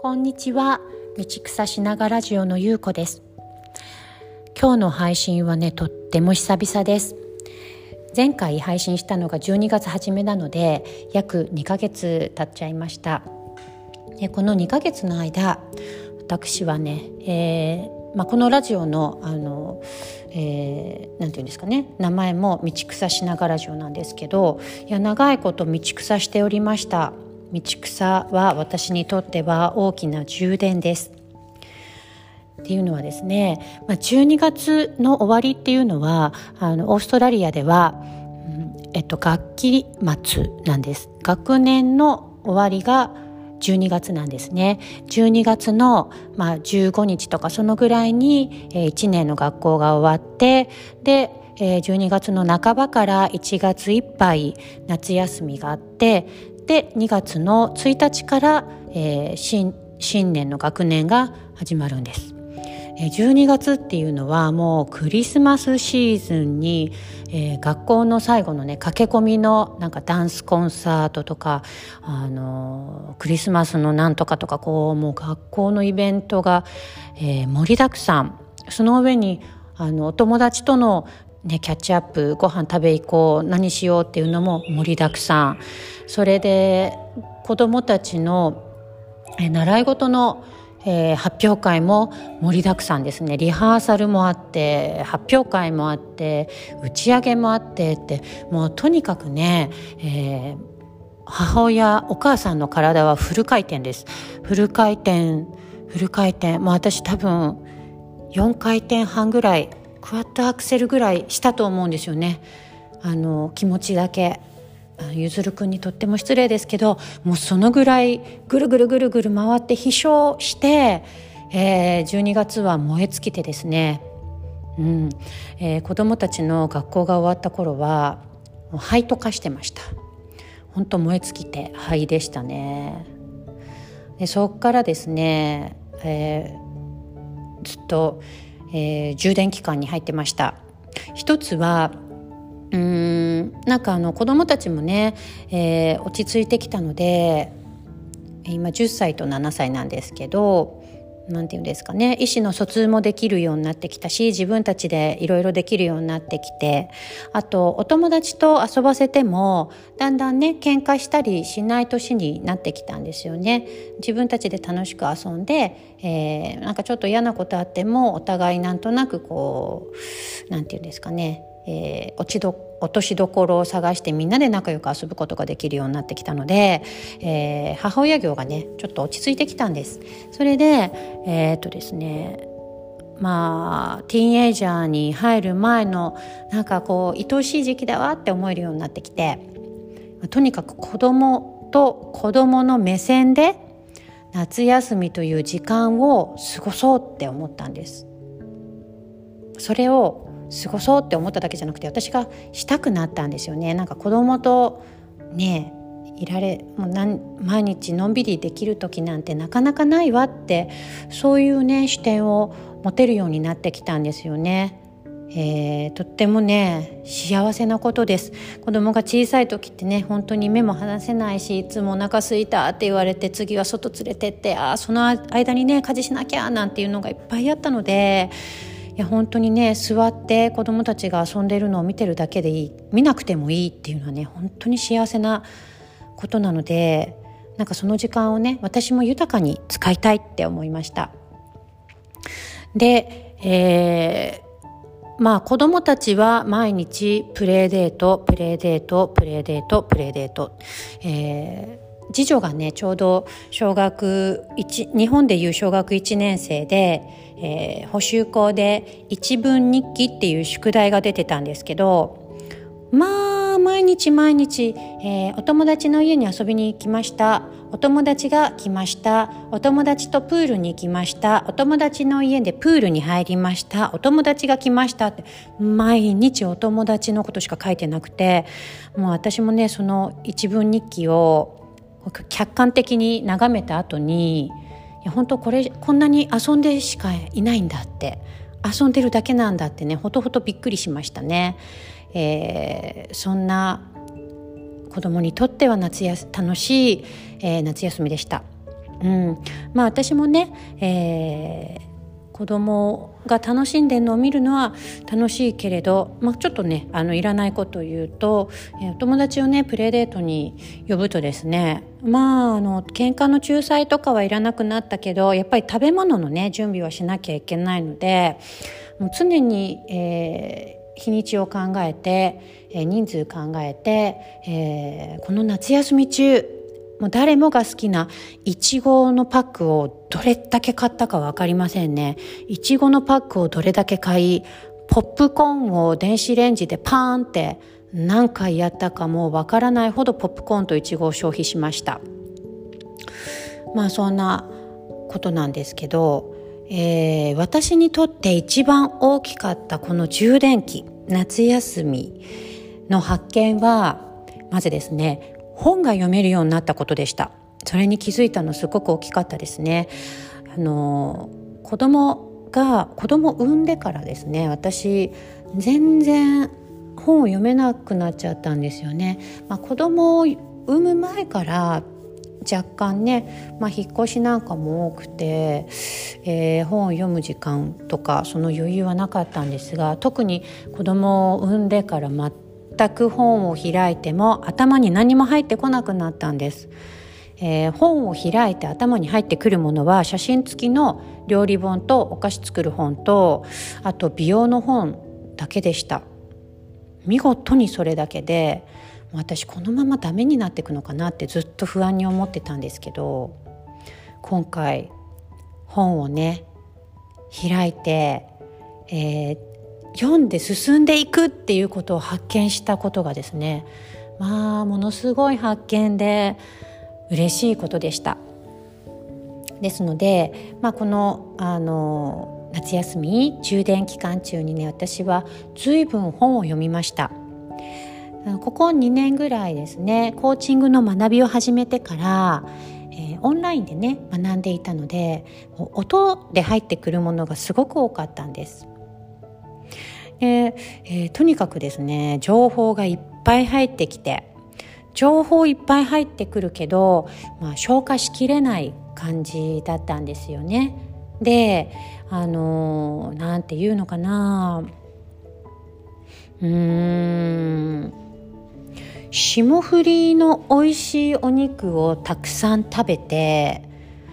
こんにちは。道草しながラジオのゆうこです。今日の配信はね、とっても久々です。前回配信したのが12月初めなので約2ヶ月経っちゃいました。この2ヶ月の間、私はね、このラジオのなんていうんですかね、名前も道草しながラジオなんですけど、長いこと道草しておりました。道草は私にとっては大きな充電です。っていうのはですね、12月の終わりっていうのはオーストラリアでは、学期末なんです。学年の終わりが12月なんですね。12月の、15日とかそのぐらいに、1年の学校が終わって、で、12月の半ばから1月いっぱい夏休みがあって、で2月の1日から、新年の学年が始まるんです。12月っていうのはもうクリスマスシーズンに、学校の最後のね、駆け込みのダンスコンサートとか、クリスマスのなんとかとか、もう学校のイベントが、盛りだくさん。その上にお友達とのキャッチアップ、ご飯食べ行こう、何しようっていうのも盛りだくさん。それで子どもたちの習い事の発表会も盛りだくさんですね。リハーサルもあって、発表会もあって、打ち上げもあってって、もうとにかくね、母親、お母さんの体はフル回転です。フル回転。もう私多分4回転半ぐらい、クワッドアクセルぐらいしたと思うんですよね。気持ちだけ。ゆずるくんにとっても失礼ですけど、もうそのぐらいぐるぐる回って飛翔して、12月は燃え尽きてですね、子どもたちの学校が終わった頃はもう灰と化してました。本当燃え尽きて灰でしたね。でそこからですね、ずっと、充電期間に入ってました。一つは子どもたちもね、落ち着いてきたので、今10歳と7歳なんですけど、なんていうんですかね、意思の疎通もできるようになってきたし、自分たちでいろいろできるようになってきて、あとお友達と遊ばせてもだんだんね、喧嘩したりしない年になってきたんですよね。自分たちで楽しく遊んで、ちょっと嫌なことあってもお互いなんとなくなんていうんですかね、落としどころを探してみんなで仲良く遊ぶことができるようになってきたので、母親業がねちょっと落ち着いてきたんです。それでですね、ティーンエイジャーに入る前の愛おしい時期だわって思えるようになってきて、とにかく子供と子供の目線で夏休みという時間を過ごそうって思ったんです。それを過ごそうって思っただけじゃなくて、私がしたくなったんですよね。子供とね毎日のんびりできる時なんてなかなかないわって、そういうね視点を持てるようになってきたんですよね。とってもね幸せなことです。子供が小さい時ってね、本当に目も離せないし、いつもお腹空いたって言われて、次は外連れてって、その間にね家事しなきゃなんていうのがいっぱいあったので、本当にね、座って子どもたちが遊んでいるのを見てるだけでいい、見なくてもいいっていうのはね、本当に幸せなことなので、その時間をね、私も豊かに使いたいって思いました。で、子どもたちは毎日プレーデート、次女がねちょうど日本でいう小学1年生で、補習校で一文日記っていう宿題が出てたんですけど、毎日、お友達の家に遊びに行きました、お友達が来ました、お友達とプールに行きました、お友達の家でプールに入りました、お友達が来ましたって、毎日お友達のことしか書いてなくて、もう私もねその一文日記を客観的に眺めた後に、本当こんなに遊んでしかいないんだって、遊んでるだけなんだってね、ほとびっくりしましたね。そんな子供にとっては楽しい、夏休みでした。 私もね、子供が楽しんでるのを見るのは楽しいけれど、ちょっとねいらないことを言うと、お友達をねプレイデートに呼ぶとですね、喧嘩の仲裁とかはいらなくなったけど、やっぱり食べ物のね準備はしなきゃいけないので、もう常に、日にちを考えて、人数考えて、この夏休み中もう誰もが好きないちごのパックをどれだけ買ったか分かりませんね。いちごのパックをどれだけ買い、ポップコーンを電子レンジでパーンって何回やったかもう分からないほどポップコーンといちごを消費しました。そんなことなんですけど、私にとって一番大きかったこの充電器、夏休みの発見は、まずですね、本が読めるようになったことでした。それに気づいたのすごく大きかったですね。子供を産んでからですね、私全然本を読めなくなっちゃったんですよね。子供を産む前から若干ね、引っ越しなんかも多くて、本を読む時間とかその余裕はなかったんですが、特に子供を産んでから全く本を開いても頭に何も入ってこなくなったんです。本を開いて頭に入ってくるものは写真付きの料理本とお菓子作る本と、あと美容の本だけでした。見事にそれだけで、私このままダメになっていくのかなってずっと不安に思ってたんですけど、今回本をね開いて、読んで進んでいくっていうことを発見したことがですね、ものすごい発見で嬉しいことでした。ですので、この夏休み充電期間中にね、私は随分本を読みました。ここ2年ぐらいですね、コーチングの学びを始めてから、オンラインでね学んでいたので、音で入ってくるものがすごく多かったんです。とにかくですね、情報がいっぱい入ってきて、情報いっぱい入ってくるけど、消化しきれない感じだったんですよね。で、なんていうのかな、霜降りの美味しいお肉をたくさん食べて、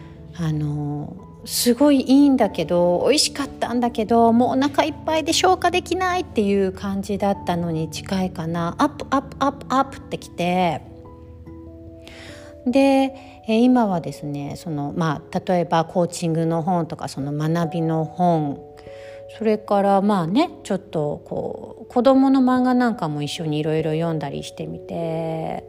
すごいいいんだけど、美味しかったんだけど、もうお腹いっぱいで消化できないっていう感じだったのに近いかな。アップアップアップアップってきて、で、今はですね、例えばコーチングの本とかその学びの本、それからちょっと子供の漫画なんかも一緒にいろいろ読んだりしてみて、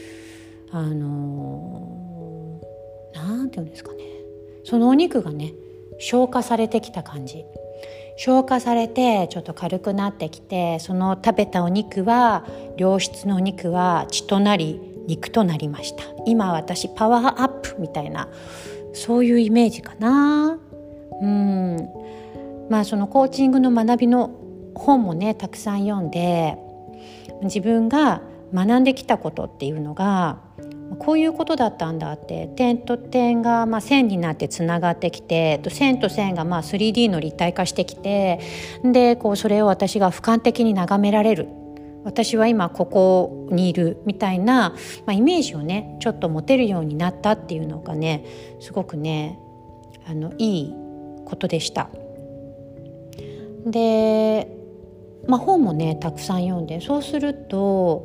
なんていうんですかね、そのお肉がね消化されてきた感じ、消化されてちょっと軽くなってきて、その食べたお肉は、良質のお肉は血となり肉となりました。今私パワーアップみたいな、そういうイメージかな。そのコーチングの学びの本もねたくさん読んで、自分が学んできたことっていうのがこういうことだったんだって、点と点が線になってつながってきて、線と線が3D の立体化してきて、でそれを私が俯瞰的に眺められる、私は今ここにいるみたいな、イメージをねちょっと持てるようになったっていうのがね、すごくねいいことでした。で、本もねたくさん読んで、そうすると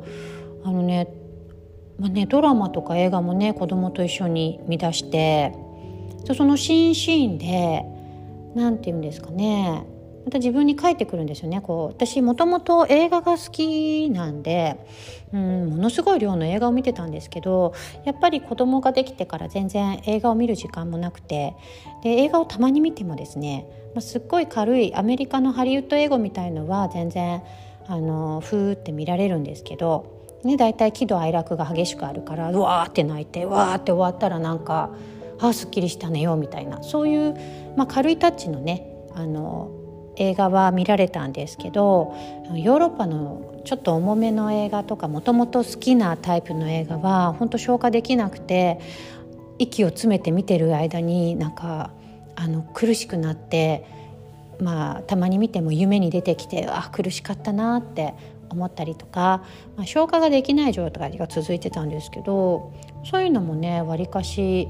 ドラマとか映画もね子供と一緒に見出して、そのシーンでなんていうんですかね、また自分に返ってくるんですよね。私もともと映画が好きなんで、ものすごい量の映画を見てたんですけど、やっぱり子供ができてから全然映画を見る時間もなくて、で映画をたまに見てもですね、すっごい軽いアメリカのハリウッド英語みたいのは全然ふーって見られるんですけど、だいたい喜怒哀楽が激しくあるから、うわーって泣いて、わーって終わったらすっきりしたねよみたいな、そういう、軽いタッチのね映画は見られたんですけど、ヨーロッパのちょっと重めの映画とか、もともと好きなタイプの映画は本当消化できなくて、 息を詰めて見てる間に苦しくなって、たまに見ても夢に出てきて苦しかったなって思ったりとか、消化ができない状態が続いてたんですけど、そういうのもねわりかし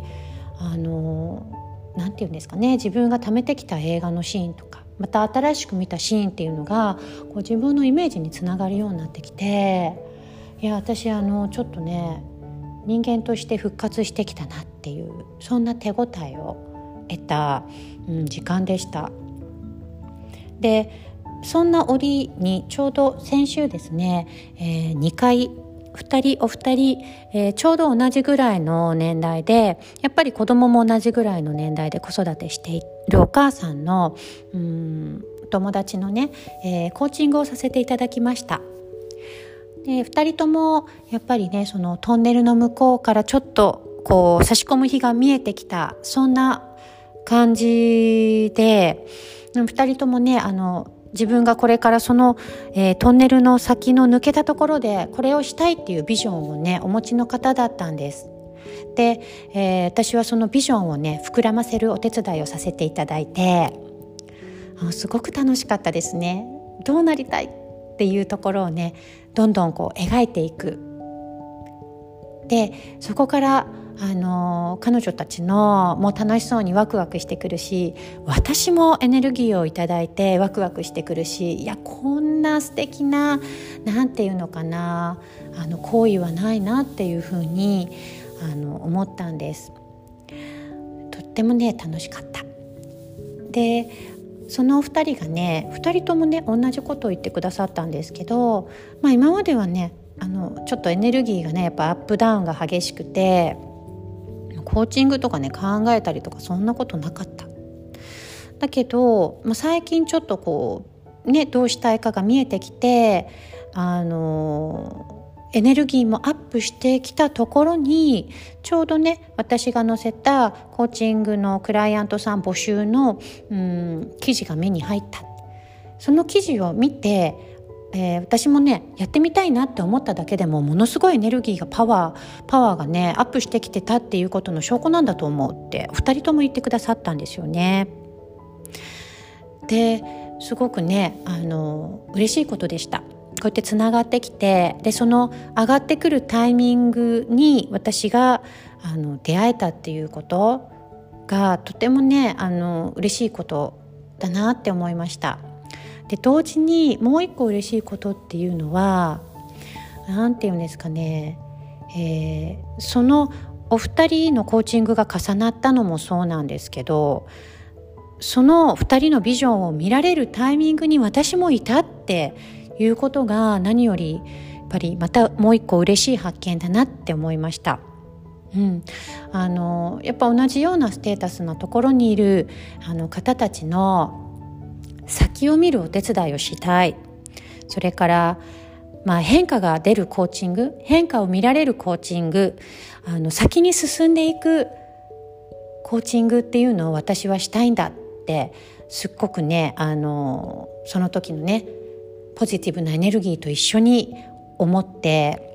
なんていうんですかね、自分が貯めてきた映画のシーンとかまた新しく見たシーンっていうのが自分のイメージにつながるようになってきて、いや私ちょっとね人間として復活してきたなっていう、そんな手応えを得た、時間でした。でそんな折にちょうど先週ですね、2回お二人、ちょうど同じぐらいの年代で、やっぱり子供も同じぐらいの年代で子育てしているお母さんの友達のね、コーチングをさせていただきました。で2人ともやっぱりねそのトンネルの向こうからちょっと差し込む日が見えてきた、そんな感じで、2人ともね自分がこれからその、トンネルの先の抜けたところでこれをしたいっていうビジョンをねお持ちの方だったんです。で、私はそのビジョンをね膨らませるお手伝いをさせていただいて、すごく楽しかったですね。どうなりたいっていうところをねどんどん描いていく。でそこから彼女たちのもう楽しそうにワクワクしてくるし、私もエネルギーをいただいてワクワクしてくるし、いやこんな素敵ななんていうのかな行為はないなっていうふうに思ったんです。とってもね楽しかった。でその2人がね2人ともね同じことを言ってくださったんですけど、今まではねちょっとエネルギーがねやっぱアップダウンが激しくて、コーチングとかね考えたりとかそんなことなかった。だけど、最近ちょっとどうしたいかが見えてきてエネルギーもアップしてきたところに、ちょうどね私が載せたコーチングのクライアントさん募集の記事が目に入った。その記事を見て、私もねやってみたいなって思っただけでもものすごいエネルギーがパワーがねアップしてきてたっていうことの証拠なんだと思うって2人とも言ってくださったんですよね。ですごくね嬉しいことでした。こうやってつながってきて、でその上がってくるタイミングに私が出会えたっていうことがとてもね嬉しいことだなって思いました。で同時にもう一個嬉しいことっていうのはなんていうんですかね、そのお二人のコーチングが重なったのもそうなんですけど、その二人のビジョンを見られるタイミングに私もいたっていうことが何よりやっぱりまたもう一個嬉しい発見だなって思いました。やっぱ同じようなステータスのところにいる方たちの先を見るお手伝いをしたい。それから変化が出るコーチング、変化を見られるコーチング、先に進んでいくコーチングっていうのを私はしたいんだってすっごくねその時のねポジティブなエネルギーと一緒に思って、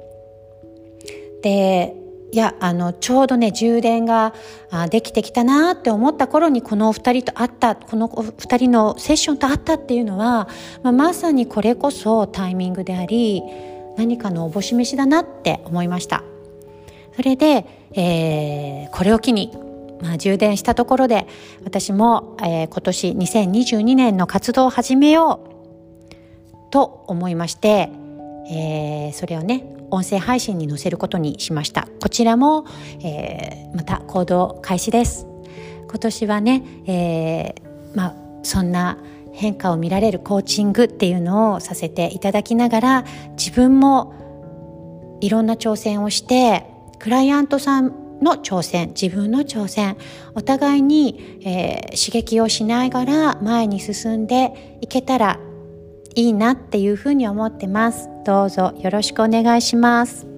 でちょうどね充電ができてきたなって思った頃にこの二人のセッションと会ったっていうのは、まさにこれこそタイミングであり何かのおぼし飯だなって思いました。それで、これを機に充電したところで私も、今年2022年の活動を始めようと思いまして、それをね音声配信に載せることにしました。こちらも、また行動開始です。今年はね、そんな変化を見られるコーチングっていうのをさせていただきながら、自分もいろんな挑戦をして、クライアントさんの挑戦、自分の挑戦、お互いに、刺激をしながら前に進んでいけたらいいなっていうふうに思ってます。どうぞよろしくお願いします。